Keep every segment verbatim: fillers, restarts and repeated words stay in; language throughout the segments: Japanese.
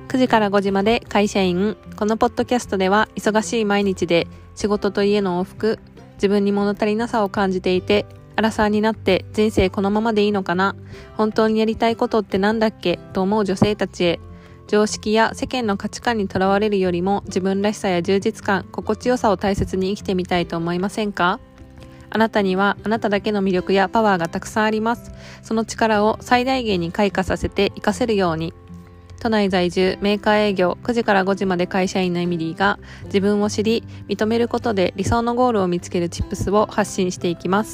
くじからごじまで会社員。このポッドキャストでは忙しい毎日で仕事と家の往復、自分に物足りなさを感じていて、アラサーになって人生このままでいいのかな、本当にやりたいことってなんだっけと思う女性たちへ、常識や世間の価値観にとらわれるよりも自分らしさや充実感、心地よさを大切に生きてみたいと思いませんか？あなたにはあなただけの魅力やパワーがたくさんあります。その力を最大限に開花させて活かせるように、都内在住メーカー営業くじからごじまで会社員のエミリーが自分を知り認めることで理想のゴールを見つけるチップスを発信していきます。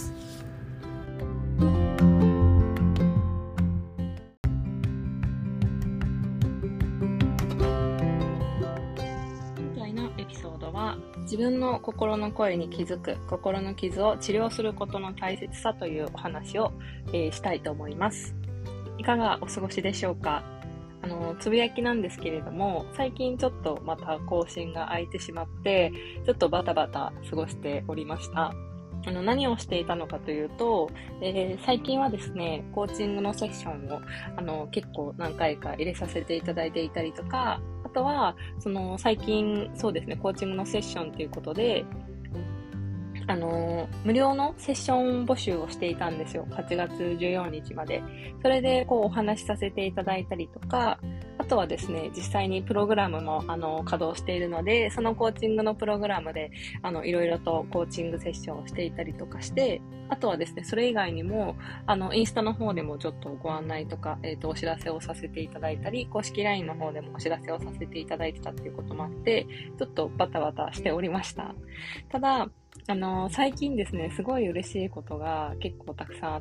今回のエピソードは自分の心の声に気づく、心の傷を治療することの大切さというお話を、えー、したいと思います。いかがお過ごしでしょうか？あのつぶやきなんですけれども、最近ちょっとまた更新が空いてしまってちょっとバタバタ過ごしておりました。あの何をしていたのかというと、えー、最近はですねコーチングのセッションをあの結構何回か入れさせていただいていたりとか、あとはその最近そうですねコーチングのセッションということであの無料のセッション募集をしていたんですよ。はちがつじゅうよっかまで。それでこうお話しさせていただいたりとか、あとはですね実際にプログラムもあの稼働しているので、そのコーチングのプログラムであのいろいろとコーチングセッションをしていたりとかして、あとはですねそれ以外にもあのインスタの方でもちょっとご案内とか、えーと、お知らせをさせていただいたり、公式 ライン の方でもお知らせをさせていただいてたっていうこともあって、ちょっとバタバタしておりました。ただあの最近ですねすごい嬉しいことが結構たくさんあって、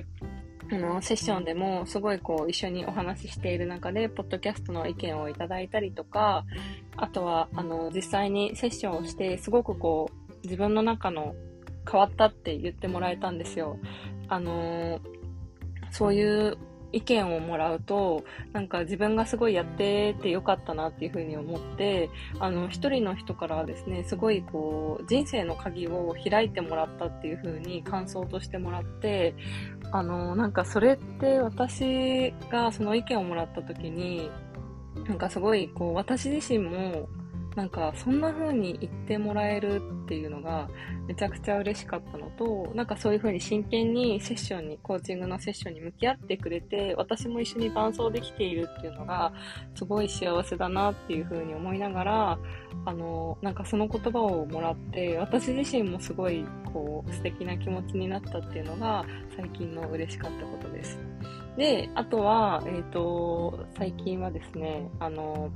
あのセッションでもすごいこう一緒にお話ししている中でポッドキャストの意見をいただいたりとか、あとはあの実際にセッションをしてすごくこう自分の中の変わったって言ってもらえたんですよ。あのそういう意見をもらうと、なんか自分がすごいやっててよかったなっていうふうに思って、あの一人の人からはですねすごいこう人生の鍵を開いてもらったっていうふうに感想としてもらって、あのなんかそれって私がその意見をもらった時になんかすごいこう私自身もなんかそんな風に言ってもらえるっていうのがめちゃくちゃ嬉しかったのと、なんかそういう風に真剣にセッションにコーチングのセッションに向き合ってくれて、私も一緒に伴走できているっていうのがすごい幸せだなっていう風に思いながら、あのなんかその言葉をもらって私自身もすごいこう素敵な気持ちになったっていうのが最近の嬉しかったことです。で、あとはえっと最近はですねあの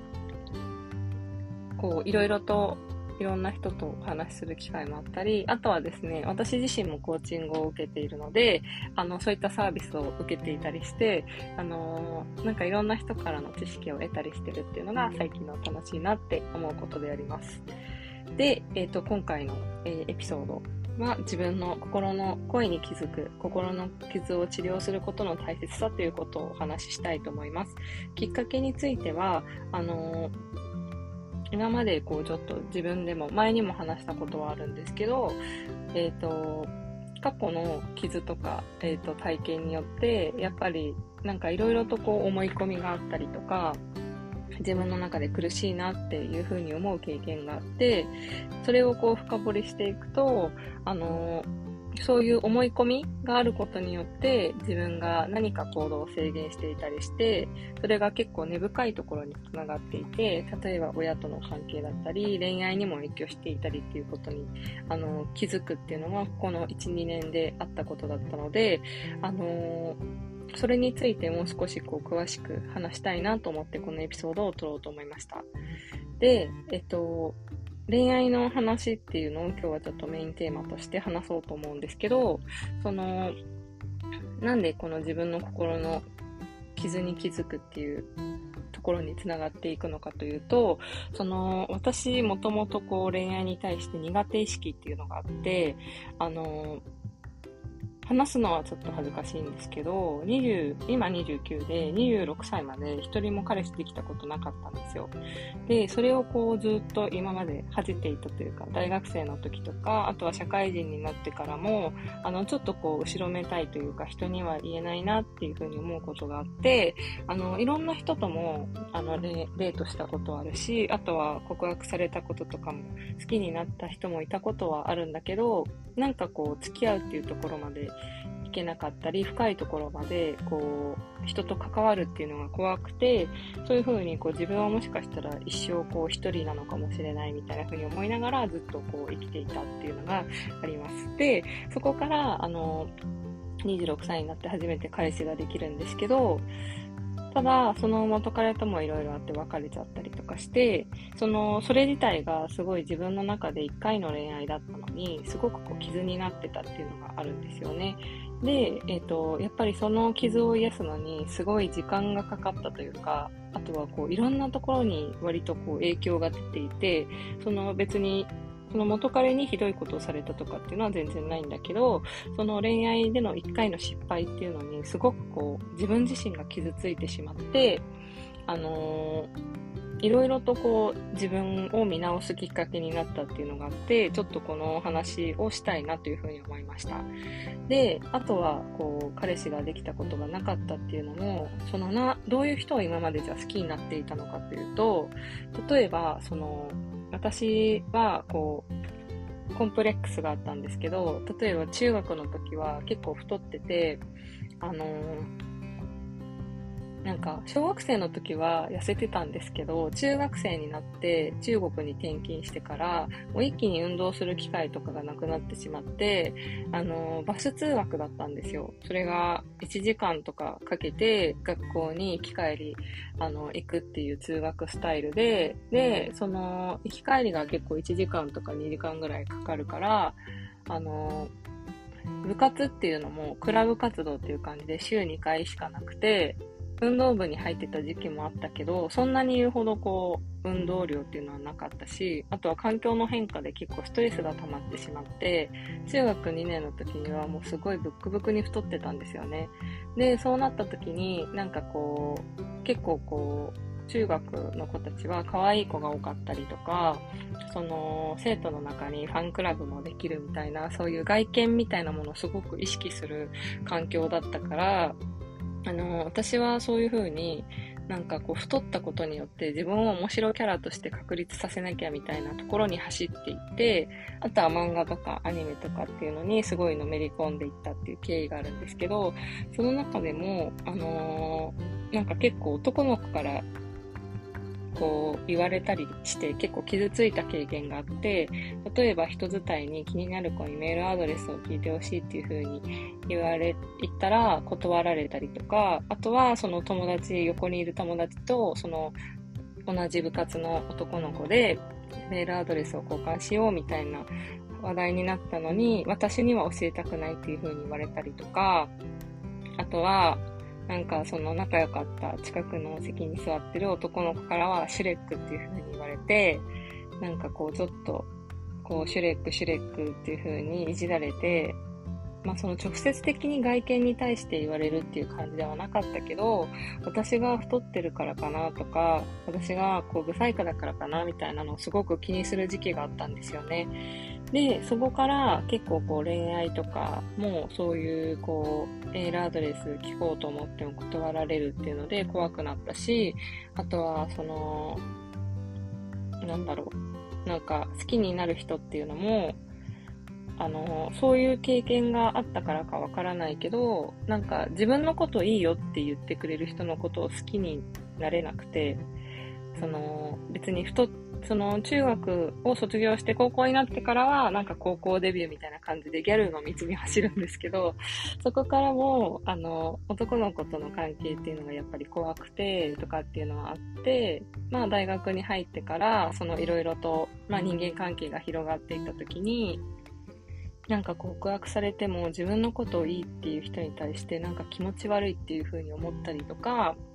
こういろいろといろんな人とお話しする機会もあったり、あとはですね私自身もコーチングを受けているので、あのそういったサービスを受けていたりして、あのなんかいろんな人からの知識を得たりしてるっていうのが最近の楽しいなって思うことであります。で、えーと、今回の、えーエピソードは自分の心の声に気づく、心の傷を治療することの大切さということをお話ししたいと思います。きっかけについてはあの今までこうちょっと自分でも前にも話したことはあるんですけど、えっと過去の傷とか、えっと体験によってやっぱりなんかいろいろとこう思い込みがあったりとか、自分の中で苦しいなっていうふうに思う経験があって、それをこう深掘りしていくと、あのそういう思い込みがあることによって自分が何か行動を制限していたりして、それが結構根深いところにつながっていて、例えば親との関係だったり恋愛にも影響していたりっていうことにあの気づくっていうのはこの いち、にねんであったことだったので、あのそれについてもう少しこう詳しく話したいなと思ってこのエピソードを撮ろうと思いました。で、えっと恋愛の話っていうのを今日はちょっとメインテーマとして話そうと思うんですけど、そのなんでこの自分の心の傷に気づくっていうところにつながっていくのかというと、その私もともとこう恋愛に対して苦手意識っていうのがあって、あの話すのはちょっと恥ずかしいんですけど、にじゅう今にじゅうきゅうでにじゅうろくさいまで一人も彼氏できたことなかったんですよ。で、それをこうずっと今まで恥じていたというか、大学生の時とか、あとは社会人になってからも、あの、ちょっとこう後ろめたいというか、人には言えないなっていうふうに思うことがあって、あの、いろんな人とも、あの、デートしたことはあるし、あとは告白されたこととかも、好きになった人もいたことはあるんだけど、なんかこう、付き合うっていうところまでいけなかったり、深いところまでこう人と関わるっていうのが怖くて、そういう風にこう自分はもしかしたら一生こう一人なのかもしれないみたいな風に思いながらずっとこう生きていたっていうのがあります。で、そこからあのにじゅうろくさいになって初めて彼氏ができるんですけど、ただその元彼ともいろいろあって別れちゃったりとかして、そのそれ自体がすごい自分の中でいっかいの恋愛だったのにすごくこう傷になってたっていうのがあるんですよね。で、えっと、やっぱりその傷を癒すのにすごい時間がかかったというか、あとはこういろんなところに割とこう影響が出ていて、その別にその元彼にひどいことをされたとかっていうのは全然ないんだけど、その恋愛での一回の失敗っていうのにすごくこう自分自身が傷ついてしまって、あのーいろいろとこう自分を見直すきっかけになったっていうのがあって、ちょっとこのお話をしたいなというふうに思いました。で、あとはこう彼氏ができたことがなかったっていうのも、そのなどういう人を今までじゃ好きになっていたのかというと、例えばその私はこうコンプレックスがあったんですけど、例えば中学の時は結構太ってて、あのーなんか小学生の時は痩せてたんですけど、中学生になって中国に転勤してからもう一気に運動する機会とかがなくなってしまって、あのバス通学だったんですよ。それがいちじかんとかかけて学校に行き帰りあの行くっていう通学スタイルで、でその行き帰りが結構いちじかんとかにじかんぐらいかかるから、あの部活っていうのもクラブ活動っていう感じで週にかいしかなくて、運動部に入ってた時期もあったけど、そんなに言うほどこう運動量っていうのはなかったし、あとは環境の変化で結構ストレスが溜まってしまって、中学にねんの時にはもうすごいブックブクに太ってたんですよね。で、そうなった時になんかこう結構こう中学の子たちは可愛い子が多かったりとか、その生徒の中にファンクラブもできるみたいな、そういう外見みたいなものをすごく意識する環境だったから、あの私はそういう風になんかこう太ったことによって自分を面白キャラとして確立させなきゃみたいなところに走っていって、あとは漫画とかアニメとかっていうのにすごいのめり込んでいったっていう経緯があるんですけど、その中でもあのー、なんか結構男の子からこう言われたりして結構傷ついた経験があって、例えば人伝いに気になる子にメールアドレスを聞いてほしいっていう風に言われ言ったら断られたりとか、あとはその友達、横にいる友達とその同じ部活の男の子でメールアドレスを交換しようみたいな話題になったのに、私には教えたくないっていう風に言われたりとか、あとはなんかその仲良かった近くの席に座ってる男の子からはシュレックっていう風に言われて、なんかこうちょっとこうシュレックシュレックっていう風にいじられて、まあその直接的に外見に対して言われるっていう感じではなかったけど、私が太ってるからかなとか、私がこうブサイクだからかなみたいなのをすごく気にする時期があったんですよね。で、そこから結構こう恋愛とかもそういうこうメールアドレス聞こうと思っても断られるっていうので怖くなったし、あとはそのなんだろう、なんか好きになる人っていうのもあのそういう経験があったからかわからないけど、なんか自分のこといいよって言ってくれる人のことを好きになれなくて、その別に太っその中学を卒業して高校になってからはなんか高校デビューみたいな感じでギャルの道に走るんですけど、そこからもあの男の子との関係っていうのがやっぱり怖くてとかっていうのはあって、まあ大学に入ってからそのいろいろと、まあ、人間関係が広がっていった時に、なんか告白されても自分のことをいいっていう人に対してなんか気持ち悪いっていう風に思ったりとか、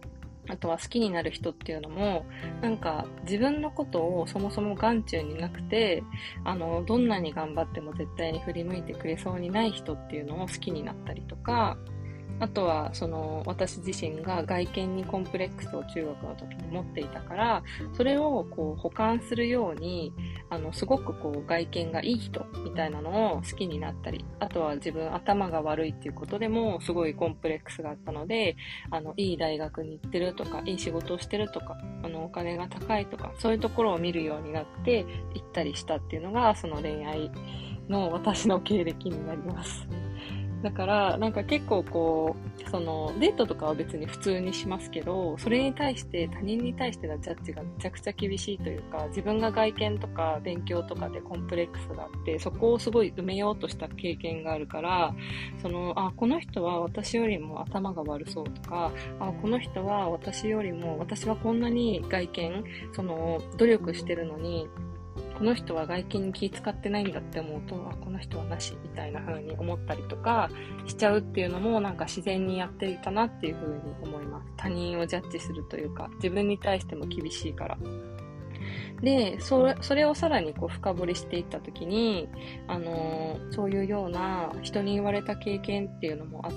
あとは好きになる人っていうのも、なんか自分のことをそもそも眼中になくて、あの、どんなに頑張っても絶対に振り向いてくれそうにない人っていうのを好きになったりとか、あとは、その、私自身が外見にコンプレックスを中学の時に持っていたから、それをこう補完するように、あの、すごくこう外見がいい人みたいなのを好きになったり、あとは自分頭が悪いっていうことでもすごいコンプレックスがあったので、あの、いい大学に行ってるとか、いい仕事をしてるとか、あの、お金が高いとか、そういうところを見るようになって行ったりしたっていうのが、その恋愛の私の経歴になります。だから、なんか結構こう、その、デートとかは別に普通にしますけど、それに対して、他人に対してのジャッジがめちゃくちゃ厳しいというか、自分が外見とか勉強とかでコンプレックスがあって、そこをすごい埋めようとした経験があるから、その、あ、この人は私よりも頭が悪そうとか、あ、この人は私よりも、私はこんなに外見、その、努力してるのに、この人は外見に気使ってないんだって思うと、あ、この人はなしみたいな風に思ったりとかしちゃうっていうのもなんか自然にやっていたなっていう風に思います。他人をジャッジするというか、自分に対しても厳しいから。で、それ、それをさらにこう深掘りしていったときに、あのー、そういうような人に言われた経験っていうのもあって、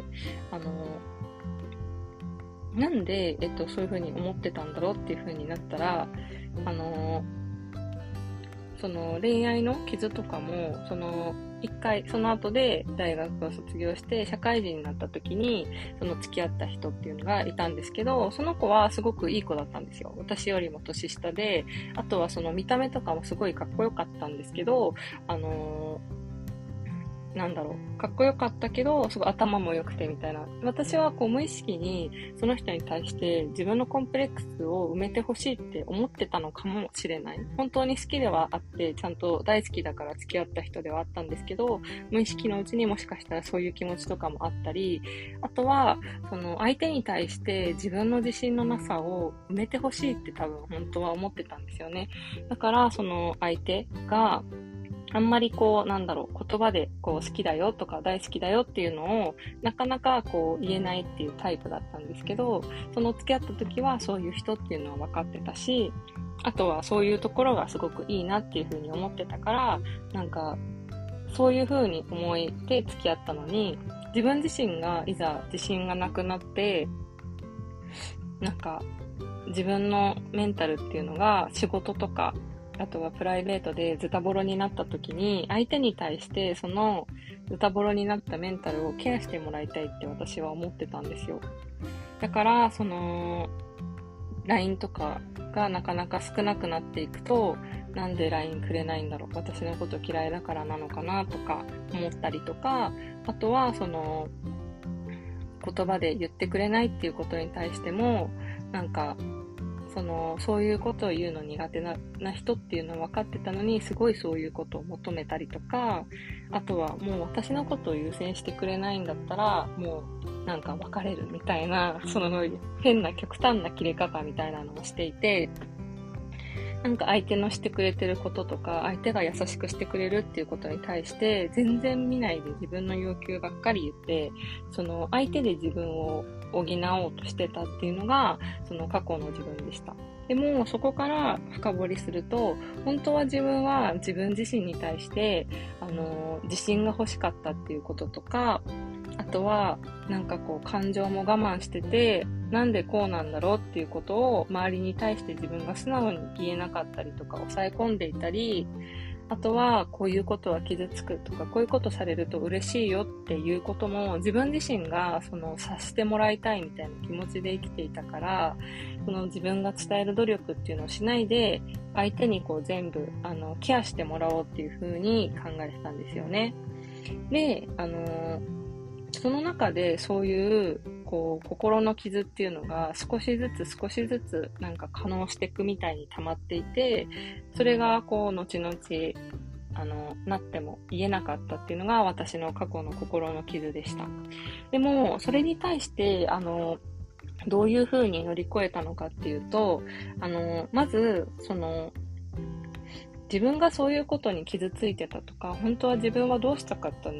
あのー、なんで、えっと、そういう風に思ってたんだろうっていう風になったら、あのー、その恋愛の傷とかも、その一回、その後で大学を卒業して社会人になった時に、その付き合った人っていうのがいたんですけど、その子はすごくいい子だったんですよ。私よりも年下で、あとはその見た目とかもすごいかっこよかったんですけど、あのーなんだろう、かっこよかったけど、すごい頭も良くてみたいな。私はこう無意識にその人に対して自分のコンプレックスを埋めてほしいって思ってたのかもしれない。本当に好きではあって、ちゃんと大好きだから付き合った人ではあったんですけど、無意識のうちにもしかしたらそういう気持ちとかもあったり、あとは、その相手に対して自分の自信のなさを埋めてほしいって多分本当は思ってたんですよね。だから、その相手が、あんまりこう、なんだろう、言葉でこう好きだよとか大好きだよっていうのをなかなかこう言えないっていうタイプだったんですけど、その付き合った時はそういう人っていうのは分かってたし、あとはそういうところがすごくいいなっていうふうに思ってたから、なんかそういうふうに思えて付き合ったのに、自分自身がいざ自信がなくなって、なんか自分のメンタルっていうのが仕事とか、あとはプライベートでズタボロになった時に、相手に対してそのズタボロになったメンタルをケアしてもらいたいって私は思ってたんですよ。だから、その、ライン とかがなかなか少なくなっていくと、なんで ライン くれないんだろう、私のこと嫌いだからなのかなとか思ったりとか、あとはその、言葉で言ってくれないっていうことに対しても、なんか、その、そういうことを言うの苦手な、な人っていうのは分かってたのに、すごいそういうことを求めたりとか、あとはもう私のことを優先してくれないんだったら、もうなんか別れるみたいな、その変な極端な切れ方みたいなのをしていて、なんか相手のしてくれてることとか、相手が優しくしてくれるっていうことに対して、全然見ないで自分の要求ばっかり言って、その相手で自分を補おうとしてたっていうのが、その過去の自分でした。でも、そこから深掘りすると、本当は自分は自分自身に対して、あの、自信が欲しかったっていうこととか、あとは、なんかこう、感情も我慢してて、なんでこうなんだろうっていうことを周りに対して自分が素直に言えなかったりとか、抑え込んでいたり、あとは、こういうことは傷つくとか、こういうことされると嬉しいよっていうことも、自分自身が、その、察してもらいたいみたいな気持ちで生きていたから、その自分が伝える努力っていうのをしないで、相手にこう全部、あの、ケアしてもらおうっていう風に考えてたんですよね。で、あの、その中でそういう、こう、心の傷っていうのが少しずつ少しずつなんか可能していくみたいに溜まっていて、それがこう、後々、あの、なっても言えなかったっていうのが私の過去の心の傷でした。でも、それに対して、あの、どういう風に乗り越えたのかっていうと、あの、まず、その、自分がそういうことに傷ついてたとか、本当は自分はどうしたかった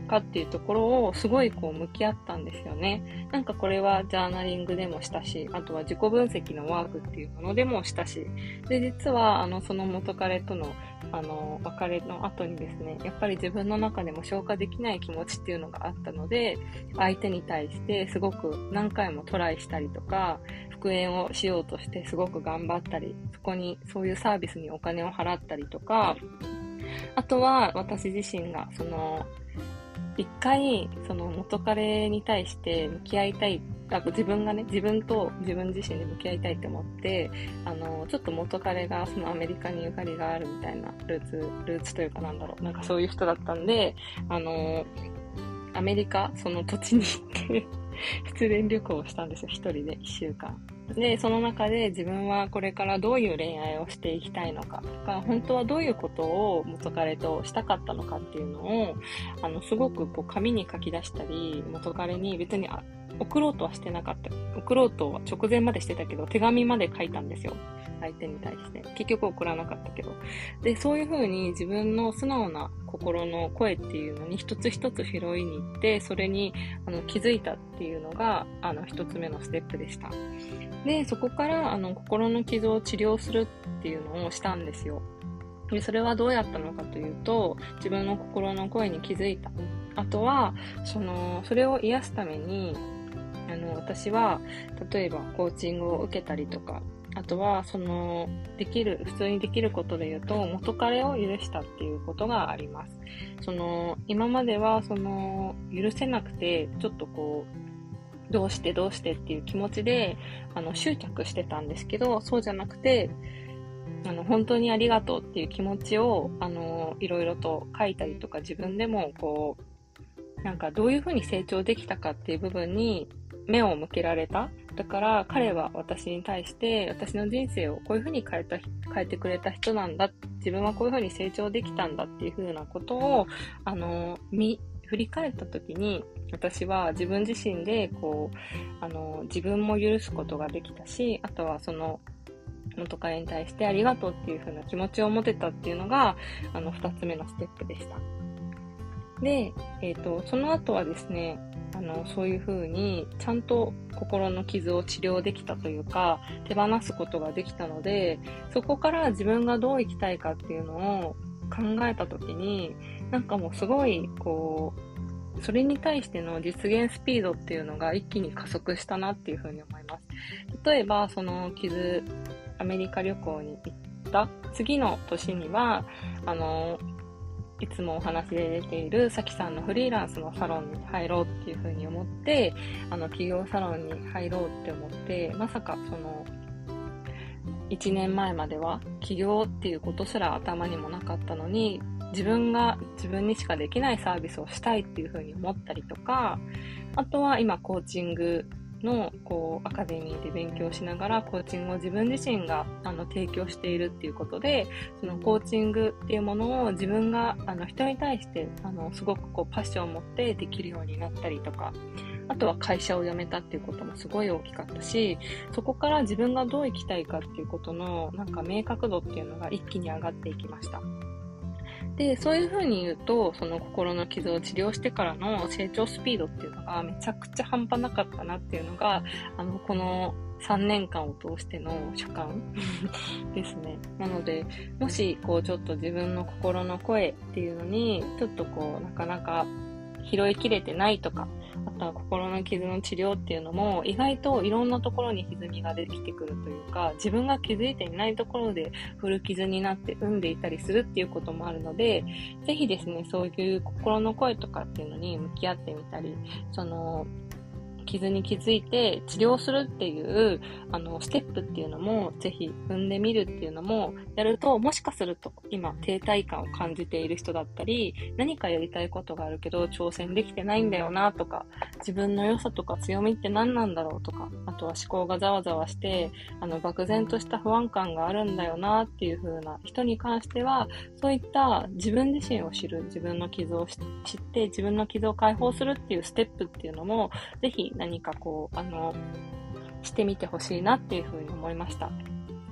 かっていうところをすごいこう向き合ったんですよね。なんかこれはジャーナリングでもしたし、あとは自己分析のワークっていうものでもしたし、で、実はあのその元彼とのあの別れの後にですね、やっぱり自分の中でも消化できない気持ちっていうのがあったので、相手に対してすごく何回もトライしたりとか、復縁をしようとしてすごく頑張ったり、そこにそういうサービスにお金を払ったりとか、あとは私自身がその一回その元彼に対して向き合いたい、あ自分がね自分と自分自身で向き合いたいと思って、あのちょっと元彼がそのアメリカにゆかりがあるみたいなルーツルーツというかなんだろうなんかそういう人だったんで、あのアメリカその土地に行って失恋旅行をしたんですよ、一人でいっしゅうかん。で、その中で自分はこれからどういう恋愛をしていきたいのかとか、本当はどういうことを元彼としたかったのかっていうのを、あの、すごくこう紙に書き出したり、元彼に別にあ送ろうとはしてなかった。送ろうとは直前までしてたけど、手紙まで書いたんですよ。相手に対して。結局送らなかったけど。で、そういう風に自分の素直な心の声っていうのに一つ一つ拾いに行って、それにあの気づいたっていうのが、あの、一つ目のステップでした。で、そこからあの心の傷を治療するっていうのをしたんですよ。で、それはどうやったのかというと、自分の心の声に気づいた。あとは、その、それを癒すために、あの、私は、例えばコーチングを受けたりとか、あとは、その、できる、普通にできることで言うと、元彼を許したっていうことがあります。その、今までは、その、許せなくて、ちょっとこう、どうしてどうしてっていう気持ちで、あの、執着してたんですけど、そうじゃなくて、あの、本当にありがとうっていう気持ちを、あの、いろいろと書いたりとか、自分でも、こう、なんかどういうふうに成長できたかっていう部分に目を向けられた。だから彼は私に対して私の人生をこういうふうに変えた、変えてくれた人なんだ。自分はこういうふうに成長できたんだっていうふうなことを、あの、見、振り返った時に私は自分自身でこう、あの、自分も許すことができたし、あとはその、元彼に対してありがとうっていうふうな気持ちを持てたっていうのが、あの、二つ目のステップでした。で、えっと、その後はですね、あの、そういう風に、ちゃんと心の傷を治療できたというか、手放すことができたので、そこから自分がどう生きたいかっていうのを考えたときに、なんかもうすごい、こう、それに対しての実現スピードっていうのが一気に加速したなっていう風に思います。例えば、その傷、アメリカ旅行に行った次の年には、あの、いつもお話で出ているさきさんのフリーランスのサロンに入ろうっていうふうに思って、あの企業サロンに入ろうって思って、まさかそのいちねんまえまでは起業っていうことすら頭にもなかったのに、自分が自分にしかできないサービスをしたいっていうふうに思ったりとか、あとは今コーチングのこうアカデミーで勉強しながらコーチングを自分自身があの提供しているっていうことで、そのコーチングっていうものを自分があの人に対してあのすごくこうパッションを持ってできるようになったりとか、あとは会社を辞めたっていうこともすごい大きかったし、そこから自分がどう生きたいかっていうことのなんか明確度っていうのが一気に上がっていきました。で、そういう風に言うと、その心の傷を治療してからの成長スピードっていうのがめちゃくちゃ半端なかったなっていうのが、あの、このさんねんかんを通しての所感ですね。なので、もし、こう、ちょっと自分の心の声っていうのに、ちょっとこう、なかなか拾いきれてないとか、あとは心の傷の治療っていうのも意外といろんなところに歪みが出てきてくるというか、自分が気づいていないところで古傷になって生んでいたりするっていうこともあるので、ぜひですね、そういう心の声とかっていうのに向き合ってみたり、その傷に気づいて治療するっていうあのステップっていうのもぜひ踏んでみるっていうのもやると、もしかすると今停滞感を感じている人だったり、何かやりたいことがあるけど挑戦できてないんだよなとか、自分の良さとか強みって何なんだろうとか、あとは思考がざわざわしてあの漠然とした不安感があるんだよなっていう風な人に関しては、そういった自分自身を知る、自分の傷を知って自分の傷を解放するっていうステップっていうのもぜひ何かこう、あの、してみてほしいなっていうふうに思いました。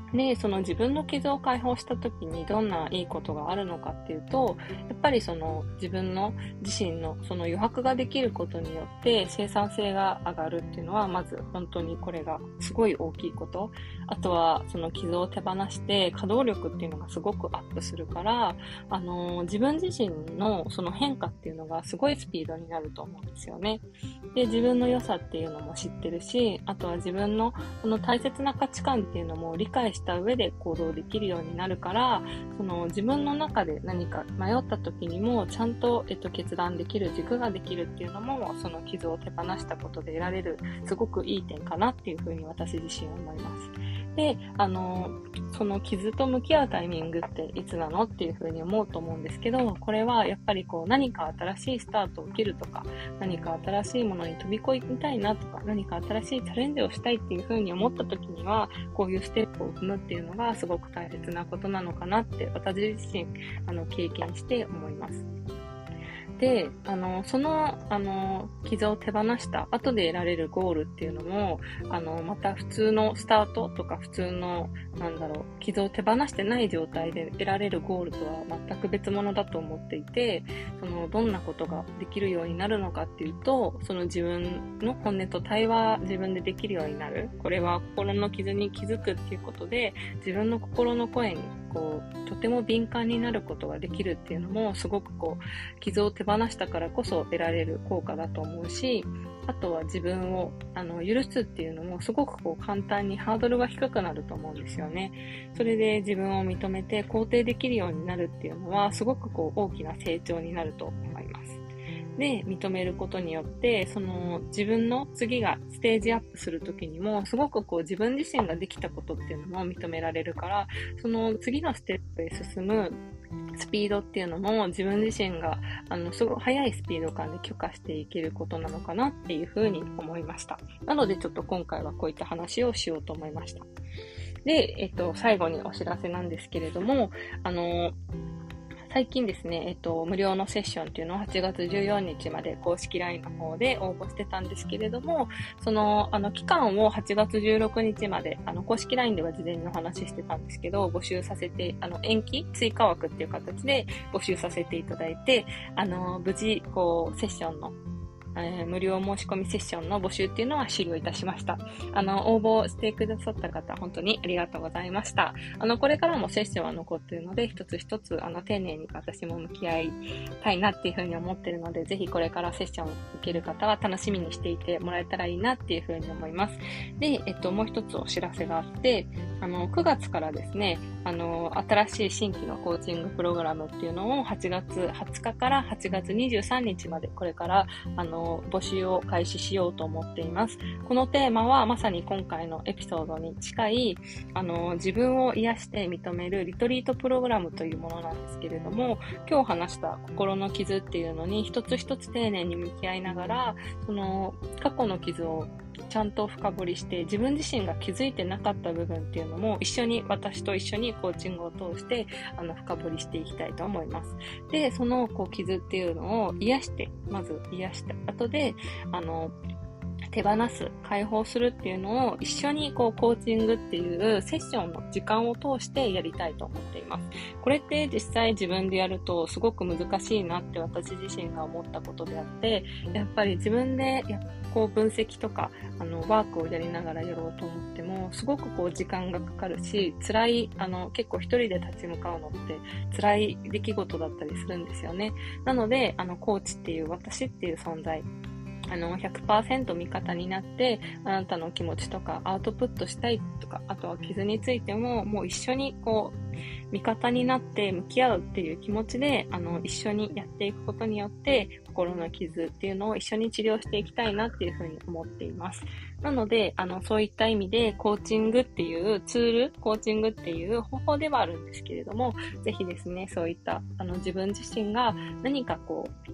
で、その自分の傷を解放した時にどんないいことがあるのかっていうと、やっぱりその自分の自身のその余白ができることによって生産性が上がるっていうのは、まず本当にこれがすごい大きいこと。あとはその傷を手放して稼働力っていうのがすごくアップするから、あのー、自分自身のその変化っていうのがすごいスピードになると思うんですよね。で、自分の良さっていうのも知ってるし、あとは自分のその大切な価値観っていうのも理解してした上で行動できるようになるから、その自分の中で何か迷った時にもちゃんと、えっと、決断できる、軸ができるっていうのも、その傷を手放したことで得られるすごくいい点かなっていうふうに私自身は思います。で、あの、その傷と向き合うタイミングっていつなのっていうふうに思うと思うんですけど、これはやっぱりこう何か新しいスタートを切るとか、何か新しいものに飛び越えたいなとか、何か新しいチャレンジをしたいっていうふうに思った時には、こういうステップを踏むっていうのがすごく大切なことなのかなって私自身あの経験して思います。で、あの、その、あの、傷を手放した後で得られるゴールっていうのも、あの、また普通のスタートとか普通の、なんだろう、傷を手放してない状態で得られるゴールとは全く別物だと思っていて、その、どんなことができるようになるのかっていうと、その自分の本音と対話自分でできるようになる。これは心の傷に気づくっていうことで、自分の心の声に、こう、とても敏感になることができるっていうのも、すごくこう、傷を手放したからこそ得られる効果だと思うし、あとは自分をあの許すっていうのもすごくこう簡単にハードルが低くなると思うんですよね。それで自分を認めて肯定できるようになるっていうのはすごくこう大きな成長になると思います。で、認めることによって、その自分の次がステージアップするときにも、すごくこう自分自身ができたことっていうのも認められるから、その次のステップへ進むスピードっていうのも自分自身があのすごく速いスピード感で許可していけることなのかなっていうふうに思いました。なのでちょっと今回はこういった話をしようと思いました。で、えっと、最後にお知らせなんですけれども、あの、最近ですね、えっと、無料のセッションっていうのをはちがつじゅうよっかまで公式 ライン の方で応募してたんですけれども、その、あの、期間をはちがつじゅうろくにちまで、あの、公式 ライン では事前にお話ししてたんですけど、募集させて、あの、延期、追加枠っていう形で募集させていただいて、あの、無事、こう、セッションの、えー、無料申し込みセッションの募集っていうのは終了いたしました。あの、応募してくださった方、本当にありがとうございました。あの、これからもセッションは残っているので、一つ一つ、あの、丁寧に私も向き合いたいなっていうふうに思っているので、ぜひこれからセッションを受ける方は楽しみにしていてもらえたらいいなっていうふうに思います。で、えっと、もう一つお知らせがあって、あの、くがつからですね、あの、新しい新規のコーチングプログラムっていうのをはちがつはつかからはちがつにじゅうさんにちまで、これから、あの、募集を開始しようと思っています。このテーマはまさに今回のエピソードに近い、あの、自分を癒して認めるリトリートプログラムというものなんですけれども、今日話した心の傷っていうのに一つ一つ丁寧に向き合いながら、その過去の傷をちゃんと深掘りして自分自身が気づいてなかった部分っていうのも一緒に私と一緒にコーチングを通してあの深掘りしていきたいと思います。で、そのこう傷っていうのを癒してまず癒した後であの手放す、解放するっていうのを一緒にこうコーチングっていうセッションの時間を通してやりたいと思っています。これって実際自分でやるとすごく難しいなって私自身が思ったことであって、やっぱり自分でやこう分析とかあのワークをやりながらやろうと思ってもすごくこう時間がかかるし、辛いあの結構一人で立ち向かうのって辛い出来事だったりするんですよね。なのであのコーチっていう私っていう存在あの ひゃくパーセント 味方になってあなたの気持ちとかアウトプットしたいとか、あとは傷についてももう一緒にこう味方になって向き合うっていう気持ちであの一緒にやっていくことによって心の傷っていうのを一緒に治療していきたいなっていうふうに思っています。なのであのそういった意味でコーチングっていうツール、コーチングっていう方法ではあるんですけれども、ぜひですねそういったあの自分自身が何かこう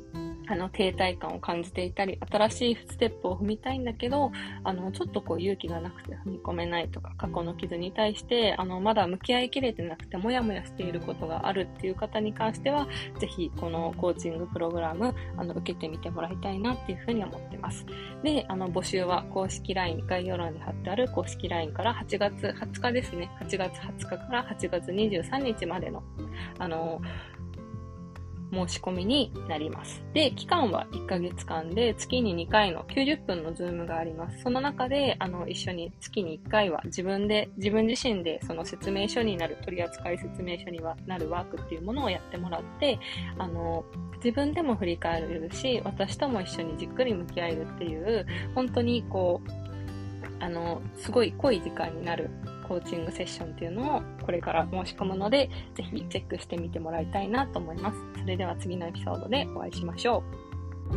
あの停滞感を感じていたり、新しいステップを踏みたいんだけど、あのちょっとこう勇気がなくて踏み込めないとか、過去の傷に対してあのまだ向き合いきれてなくてモヤモヤしていることがあるっていう方に関しては、ぜひこのコーチングプログラムあの受けてみてもらいたいなっていうふうに思ってます。で、あの募集は公式 ライン、概要欄に貼ってある公式 ラインからはちがつはつかですね、はちがつはつかからはちがつにじゅうさんにちまでのあの申し込みになります。で、期間はいっかげつかんで月ににかいのきゅうじゅっぷんのズームがあります。その中で、あの、一緒に月にいっかいは自分で、自分自身でその説明書になる、取扱説明書にはなるワークっていうものをやってもらって、あの、自分でも振り返れるし、私とも一緒にじっくり向き合えるっていう、本当にこう、あの、すごい濃い時間になるコーチングセッションっていうのをこれから申し込むので、ぜひチェックしてみてもらいたいなと思います。それでは次のエピソードでお会いしましょう。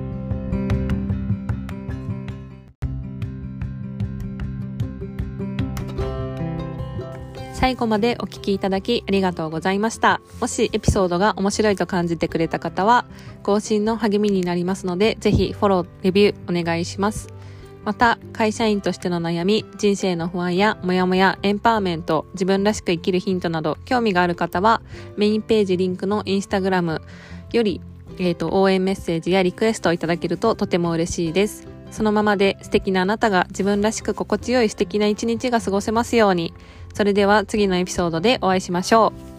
最後までお聞きいただきありがとうございました。もしエピソードが面白いと感じてくれた方は、更新の励みになりますので、ぜひフォロー、レビューお願いします。また、会社員としての悩み、人生の不安やモヤモヤ、エンパワーメント、自分らしく生きるヒントなど、興味がある方は、メインページリンクのインスタグラムより、えっと、応援メッセージやリクエストをいただけるととても嬉しいです。そのままで素敵なあなたが自分らしく心地よい素敵な一日が過ごせますように。それでは次のエピソードでお会いしましょう。